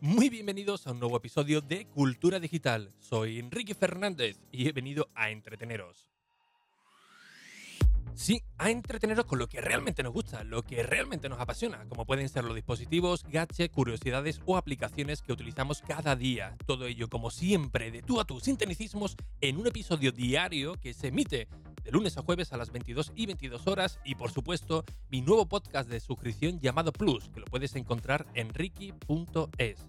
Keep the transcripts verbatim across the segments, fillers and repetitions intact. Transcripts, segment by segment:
Muy bienvenidos a un nuevo episodio de Cultura Digital. Soy Enrique Fernández y he venido a entreteneros. Sí, a entreteneros con lo que realmente nos gusta, lo que realmente nos apasiona, como pueden ser los dispositivos, gadgets, curiosidades o aplicaciones que utilizamos cada día. Todo ello, como siempre, de tú a tú, sin tecnicismos, en un episodio diario que se emite de lunes a jueves a las veintidós y veintidós horas y, por supuesto, mi nuevo podcast de suscripción llamado Plus, que lo puedes encontrar en ricky punto es.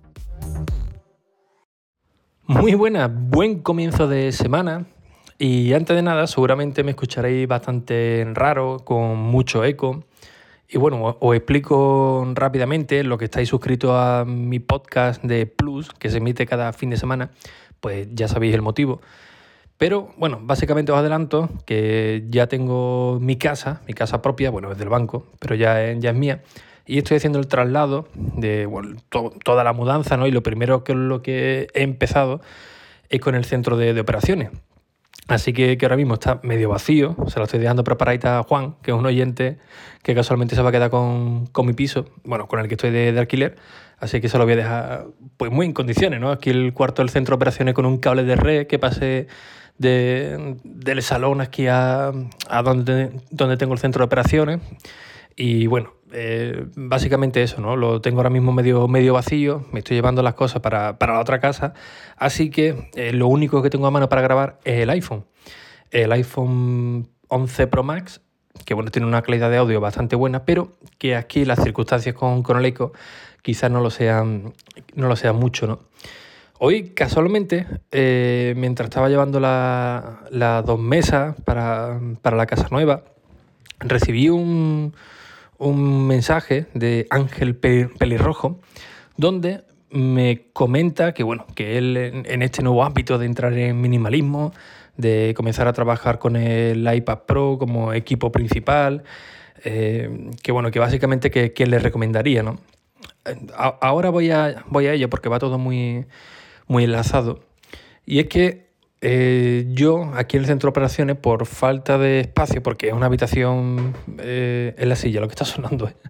Muy buena, buen comienzo de semana. Y antes de nada, seguramente me escucharéis bastante raro, con mucho eco. Y bueno, os explico rápidamente. Lo que estáis suscritos a mi podcast de Plus, que se emite cada fin de semana, pues ya sabéis el motivo. Pero bueno, básicamente os adelanto que ya tengo mi casa, mi casa propia, bueno, es del banco, pero ya es, ya es mía. Y estoy haciendo el traslado de bueno, to- toda la mudanza, ¿no? Y lo primero que lo que he empezado es con el centro de, de operaciones. Así que, que ahora mismo está medio vacío, se lo estoy dejando preparadita a Juan, que es un oyente que casualmente se va a quedar con, con mi piso, bueno, con el que estoy de, de alquiler, así que se lo voy a dejar pues muy en condiciones, ¿no? Aquí el cuarto del centro de operaciones con un cable de red que pase de, del salón aquí a, a donde, donde tengo el centro de operaciones. Y bueno, eh, básicamente eso, ¿no? Lo tengo ahora mismo medio, medio vacío, me estoy llevando las cosas para, para la otra casa, así que eh, lo único que tengo a mano para grabar es el iPhone. El iPhone once Pro Max, que bueno, tiene una calidad de audio bastante buena, pero que aquí las circunstancias con, con el eco quizás no lo sean, no lo sean mucho, ¿no? Hoy, casualmente, eh, mientras estaba llevando la- las dos mesas para, para la casa nueva, recibí un, un mensaje de Ángel Pe- Pelirrojo, donde me comenta que, bueno, que él en, en este nuevo ámbito de entrar en minimalismo, de comenzar a trabajar con el iPad Pro como equipo principal, eh, que bueno, que básicamente que, que le recomendaría, ¿no? A- Ahora voy a, voy a ello porque va todo muy, muy enlazado. Y es que eh, yo aquí en el centro de operaciones, por falta de espacio, porque es una habitación, eh, es la silla, lo que está sonando, ¿eh?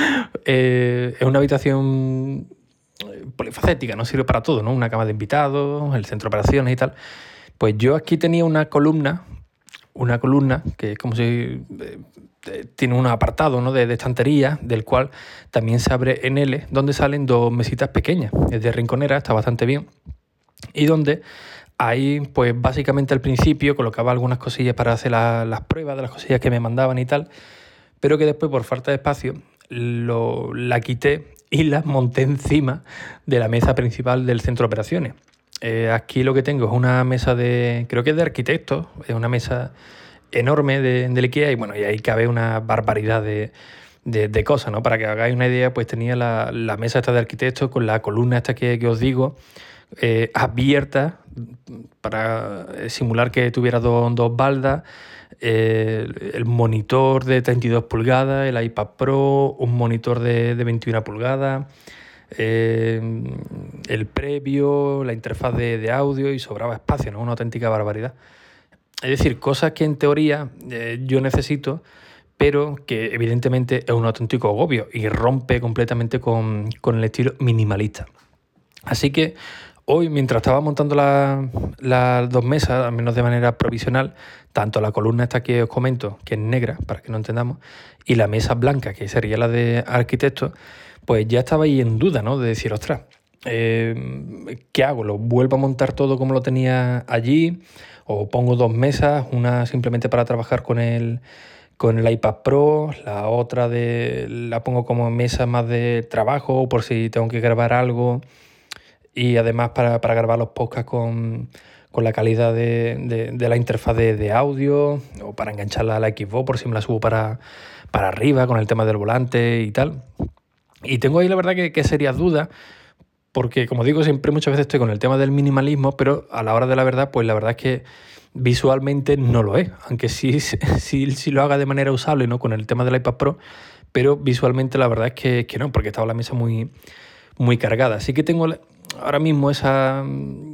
Eh, es una habitación eh, polifacética, no sirve para todo, ¿no? Una cama de invitados, el centro de operaciones y tal. Pues yo aquí tenía una columna, una columna que es como si eh, eh, tiene un apartado, ¿no? de, de estantería, del cual también se abre en L, donde salen dos mesitas pequeñas. Es de rinconera, está bastante bien. Y donde ahí, pues básicamente al principio colocaba algunas cosillas para hacer la- las pruebas de las cosillas que me mandaban y tal, pero que después, por falta de espacio, lo, la quité y las monté encima de la mesa principal del centro de operaciones. Eh, aquí lo que tengo es una mesa de, creo que es de arquitectos, es una mesa enorme de, del IKEA y bueno, y ahí cabe una barbaridad de, de, de cosas, ¿no? Para que hagáis una idea, pues tenía la, la mesa esta de arquitectos con la columna esta que, que os digo, eh, abierta para simular que tuviera dos, dos baldas, eh, el monitor de treinta y dos pulgadas, el iPad Pro, un monitor de, de veintiuna pulgadas, eh, el previo, la interfaz de, de audio y sobraba espacio, ¿no? Una auténtica barbaridad. Es decir, cosas que en teoría eh, yo necesito, pero que evidentemente es un auténtico agobio y rompe completamente con, con el estilo minimalista. Así que hoy, mientras estaba montando la- las dos mesas, al menos de manera provisional, tanto la columna esta que os comento, que es negra, para que no entendamos, y la mesa blanca, que sería la de arquitecto, pues ya estaba ahí en duda, ¿no? De decir, ostras, eh, ¿qué hago? ¿Lo vuelvo a montar todo como lo tenía allí? ¿O pongo dos mesas, una simplemente para trabajar con el, con el iPad Pro, la otra de, la pongo como mesa más de trabajo, por si tengo que grabar algo? Y además para, para grabar los podcasts con, con la calidad de, de, de la interfaz de, de audio, o para engancharla a la Xbox por si me la subo para, para arriba con el tema del volante y tal. Y tengo ahí la verdad que, que serias dudas, porque como digo, siempre muchas veces estoy con el tema del minimalismo, pero a la hora de la verdad, pues la verdad es que visualmente no lo es, aunque sí, sí, sí lo haga de manera usable, ¿no? Con el tema del iPad Pro, pero visualmente la verdad es que, que no, porque estaba la mesa muy, muy cargada. Así que tengo ahora mismo esa,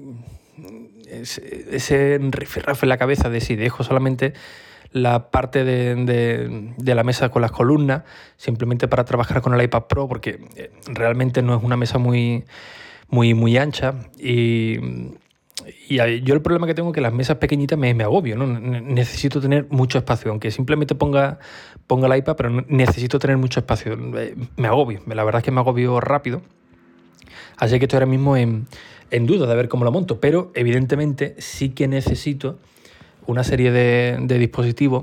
ese, ese rifirrafe en la cabeza de si dejo solamente la parte de, de, de la mesa con las columnas, simplemente para trabajar con el iPad Pro, porque realmente no es una mesa muy, muy, muy ancha y, y yo el problema que tengo es que las mesas pequeñitas me, me agobio, ¿no? Necesito tener mucho espacio, aunque simplemente ponga, ponga el iPad, pero necesito tener mucho espacio. Me agobio, la verdad es que me agobio rápido. Así que estoy ahora mismo en, en duda de ver cómo lo monto, pero evidentemente sí que necesito una serie de, de dispositivos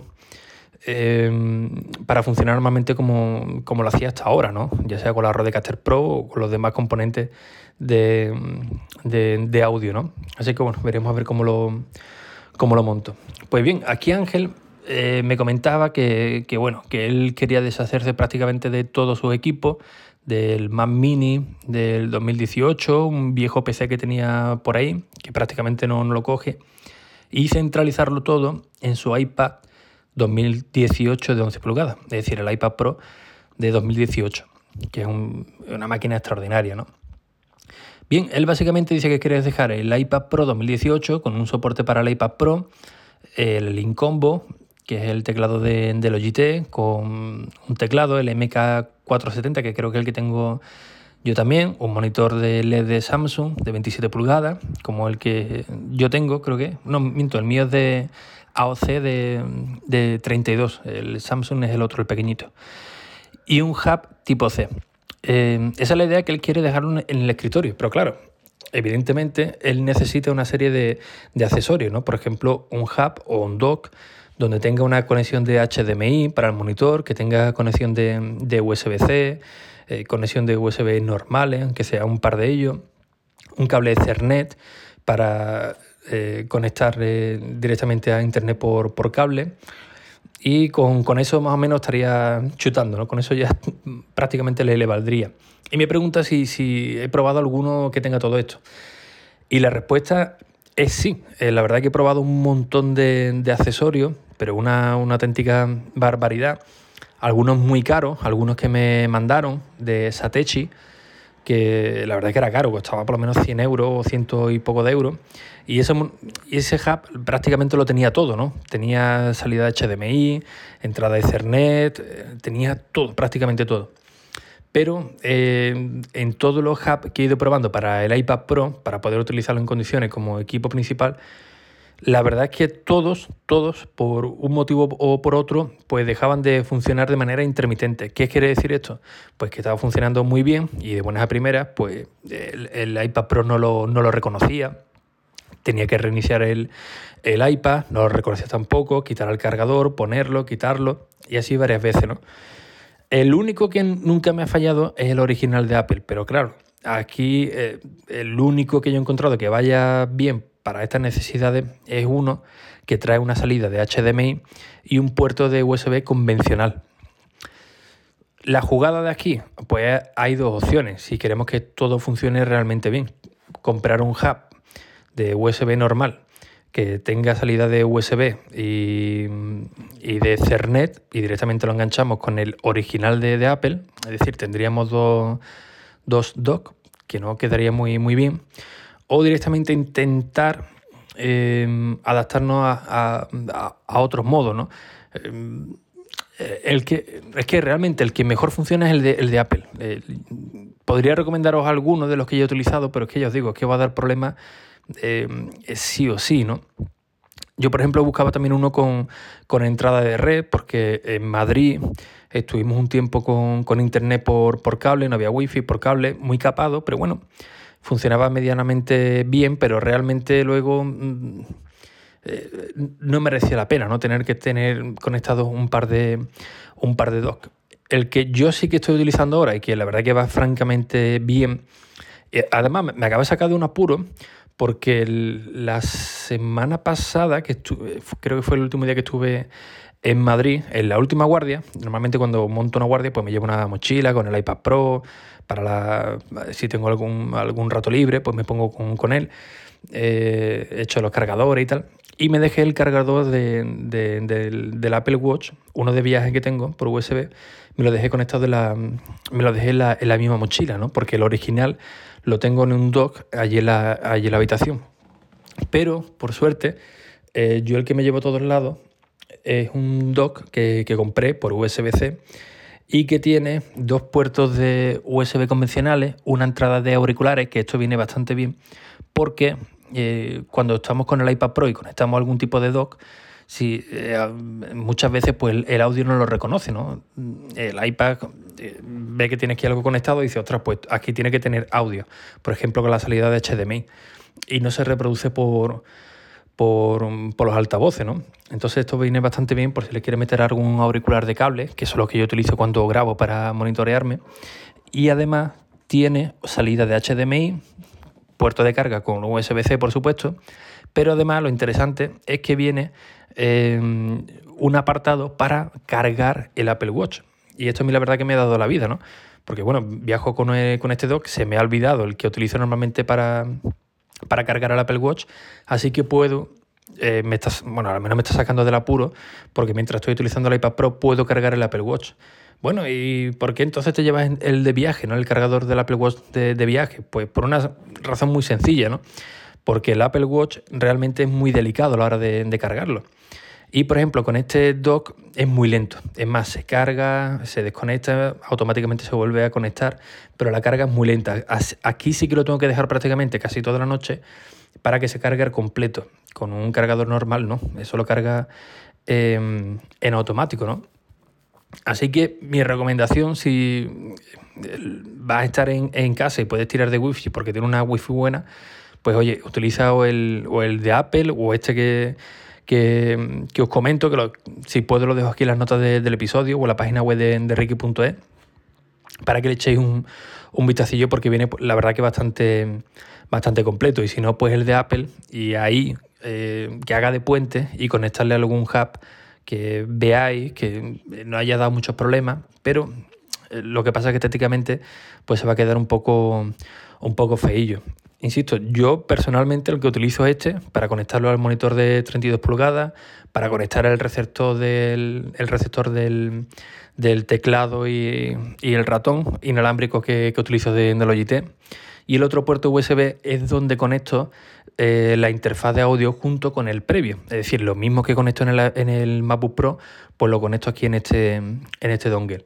eh, para funcionar normalmente como, como lo hacía hasta ahora, ¿no? Ya sea con la Rodecaster Pro o con los demás componentes de, de, de audio, ¿no? Así que bueno, veremos a ver cómo lo, cómo lo monto. Pues bien, aquí Ángel eh, me comentaba que, que, bueno, que él quería deshacerse prácticamente de todo su equipo, del Mac Mini del dos mil dieciocho, un viejo P C que tenía por ahí, que prácticamente no, no lo coge, y centralizarlo todo en su iPad dos mil dieciocho de once pulgadas, es decir, el iPad Pro de dos mil dieciocho, que es un, una máquina extraordinaria, ¿no? Bien, él básicamente dice que quiere dejar el iPad Pro dos mil dieciocho con un soporte para el iPad Pro, el Link Combo, que es el teclado de, de Logitech, con un teclado, el M K cuatrocientos setenta, que creo que es el que tengo yo también, un monitor de L E D de Samsung de veintisiete pulgadas, como el que yo tengo, creo que, no, miento, el mío es de A O C de, de treinta y dos, el Samsung es el otro, el pequeñito, y un hub tipo C. Eh, esa es la idea, que él quiere dejarlo en el escritorio, pero claro, evidentemente él necesita una serie de, de accesorios, ¿no? Por ejemplo, un hub o un dock donde tenga una conexión de H D M I para el monitor, que tenga conexión de, de U S B C, eh, conexión de U S B normales, aunque sea un par de ellos, un cable Ethernet para eh, conectar eh, directamente a internet por, por cable, y con, con eso más o menos estaría chutando, ¿no? Con eso ya prácticamente le, le valdría. Y me pregunta si, si he probado alguno que tenga todo esto. Y la respuesta es sí. Eh, la verdad que he probado un montón de, de accesorios, pero una, una auténtica barbaridad. Algunos muy caros, algunos que me mandaron de Satechi, que la verdad que era caro, costaba por lo menos cien euros o ciento y poco de euros. Y, eso, y ese hub prácticamente lo tenía todo, ¿no? Tenía salida de H D M I, entrada de Ethernet, tenía todo, prácticamente todo. Pero eh, en todos los hubs que he ido probando para el iPad Pro, para poder utilizarlo en condiciones como equipo principal, la verdad es que todos, todos, por un motivo o por otro, pues dejaban de funcionar de manera intermitente. ¿Qué quiere decir esto? Pues que estaba funcionando muy bien y de buenas a primeras, pues el, el iPad Pro no lo, no lo reconocía. Tenía que reiniciar el, el iPad, no lo reconocía tampoco, quitar el cargador, ponerlo, quitarlo, y así varias veces, ¿no? El único que nunca me ha fallado es el original de Apple, pero claro, aquí eh, el único que yo he encontrado que vaya bien para estas necesidades es uno que trae una salida de H D M I y un puerto de U S B convencional. La jugada de aquí, pues hay dos opciones. Si queremos que todo funcione realmente bien, comprar un hub de U S B normal que tenga salida de U S B y, y de Ethernet, y directamente lo enganchamos con el original de, de Apple, es decir, tendríamos dos, dos docks, que no quedaría muy, muy bien, o directamente intentar eh, adaptarnos a, a, a otros modos, ¿no? Eh, el que, es que realmente el que mejor funciona es el de, el de Apple. Eh, podría recomendaros algunos de los que yo he utilizado, pero es que ya os digo, es que va a dar problemas eh, sí o sí, ¿no? Yo, por ejemplo, buscaba también uno con, con entrada de red, porque en Madrid estuvimos un tiempo con, con internet por, por cable, no había wifi por cable, muy capado, pero bueno, funcionaba medianamente bien, pero realmente luego mmm, eh, no merecía la pena, ¿no? Tener que tener conectados un par de, un par de docks. El que yo sí que estoy utilizando ahora y que la verdad que va francamente bien, eh, además me acaba de sacar de un apuro, porque el, la semana pasada, que estuve, creo que fue el último día que estuve en Madrid, en la última guardia, normalmente cuando monto una guardia pues me llevo una mochila con el iPad Pro, para la, si tengo algún, algún rato libre pues me pongo con, con él, eh, he hecho los cargadores y tal, y me dejé el cargador de, de, de, del, del Apple Watch, uno de viaje que tengo por U S B, me lo dejé conectado en la, me lo dejé en la, en la misma mochila, ¿no? Porque el original lo tengo en un dock allí en la, allí en la habitación. Pero, por suerte, eh, yo el que me llevo a todos lados es un dock que, que compré por U S B C y que tiene dos puertos de U S B convencionales, una entrada de auriculares, que esto viene bastante bien porque eh, cuando estamos con el iPad Pro y conectamos algún tipo de dock, si, eh, muchas veces pues, el, el audio no lo reconoce, ¿no? El iPad eh, ve que tienes aquí algo conectado y dice, ostras, pues aquí tiene que tener audio, por ejemplo con la salida de H D M I, y no se reproduce por... Por, por los altavoces, ¿no? Entonces esto viene bastante bien por si le quiere meter algún auricular de cable, que son los que yo utilizo cuando grabo para monitorearme. Y además tiene salida de H D M I, puerto de carga con U S B C, por supuesto, pero además lo interesante es que viene eh, un apartado para cargar el Apple Watch. Y esto a mí la verdad que me ha dado la vida, ¿no? Porque bueno, viajo con, el, con este dock, se me ha olvidado el que utilizo normalmente para... para cargar al Apple Watch, así que puedo, eh, me está, bueno, al menos me está sacando del apuro, porque mientras estoy utilizando el iPad Pro puedo cargar el Apple Watch. Bueno, ¿y por qué entonces te llevas el de viaje, no el cargador del Apple Watch de, de viaje? Pues por una razón muy sencilla, ¿no? Porque el Apple Watch realmente es muy delicado a la hora de, de cargarlo. Y, por ejemplo, con este dock es muy lento. Es más, se carga, se desconecta, automáticamente se vuelve a conectar, pero la carga es muy lenta. Aquí sí que lo tengo que dejar prácticamente casi toda la noche para que se cargue al completo. Con un cargador normal, no. Eso lo carga eh, en automático, ¿no? Así que mi recomendación, si vas a estar en, en casa y puedes tirar de Wi-Fi porque tiene una Wi-Fi buena, pues oye, utiliza o el, o el de Apple o este que... Que, que os comento, que lo, si puedo lo dejo aquí en las notas de, del episodio o en la página web de, de Ricky punto es para que le echéis un, un vistacillo porque viene la verdad que bastante, bastante completo, y si no pues el de Apple, y ahí eh, que haga de puente y conectarle a algún hub que veáis que no haya dado muchos problemas, pero eh, lo que pasa es que estéticamente pues se va a quedar un poco, un poco feillo. Insisto, yo personalmente el que utilizo es este para conectarlo al monitor de treinta y dos pulgadas, para conectar el receptor del, el receptor del, del teclado y, y el ratón inalámbrico que, que utilizo de, de Logitech. Y el otro puerto U S B es donde conecto eh, la interfaz de audio junto con el previo. Es decir, lo mismo que conecto en el, en el MacBook Pro, pues lo conecto aquí en este, en este dongle.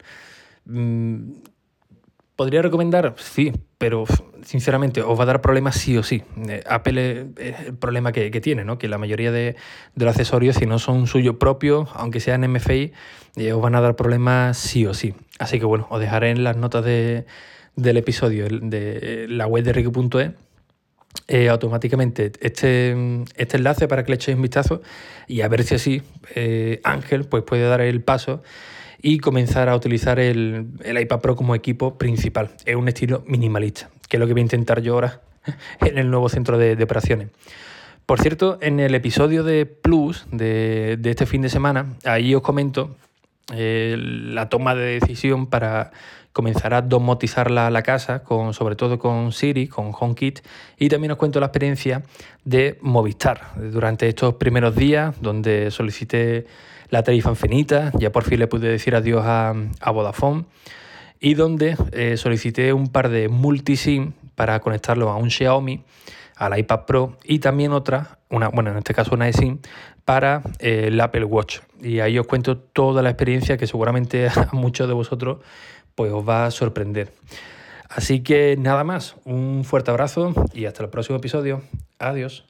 Mm, ¿Podría recomendar? Sí, pero sinceramente os va a dar problemas sí o sí. Eh, Apple es el problema que, que tiene, ¿no? Que la mayoría de, de los accesorios, si no son suyos propios, aunque sean M F I, eh, os van a dar problemas sí o sí. Así que bueno, os dejaré en las notas de, del episodio de la web de Ricky punto es eh, automáticamente este, este enlace para que le echéis un vistazo y a ver si así eh, Ángel pues puede dar el paso y comenzar a utilizar el, el iPad Pro como equipo principal. Es un estilo minimalista, que es lo que voy a intentar yo ahora en el nuevo centro de, de operaciones. Por cierto, en el episodio de Plus de, de este fin de semana, ahí os comento eh, la toma de decisión para comenzar a domotizar la, la casa, con, sobre todo con Siri, con HomeKit, y también os cuento la experiencia de Movistar durante estos primeros días, donde solicité la tarifa infinita, ya por fin le pude decir adiós a, a Vodafone, y donde eh, solicité un par de multisim para conectarlo a un Xiaomi, al iPad Pro, y también otra, una, bueno, en este caso una eSIM, para eh, el Apple Watch. Y ahí os cuento toda la experiencia que seguramente a muchos de vosotros pues os va a sorprender. Así que nada más, un fuerte abrazo y hasta el próximo episodio. Adiós.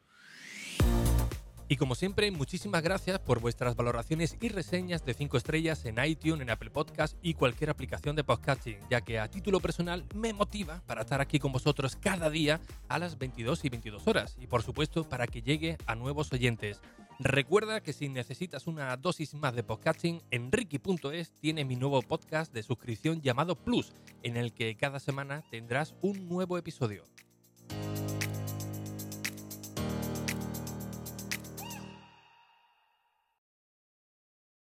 Y como siempre, muchísimas gracias por vuestras valoraciones y reseñas de cinco estrellas en iTunes, en Apple Podcast y cualquier aplicación de podcasting, ya que a título personal me motiva para estar aquí con vosotros cada día a las veintidós y veintidós horas y por supuesto para que llegue a nuevos oyentes. Recuerda que si necesitas una dosis más de podcasting, en Ricky punto es tiene mi nuevo podcast de suscripción llamado Plus, en el que cada semana tendrás un nuevo episodio.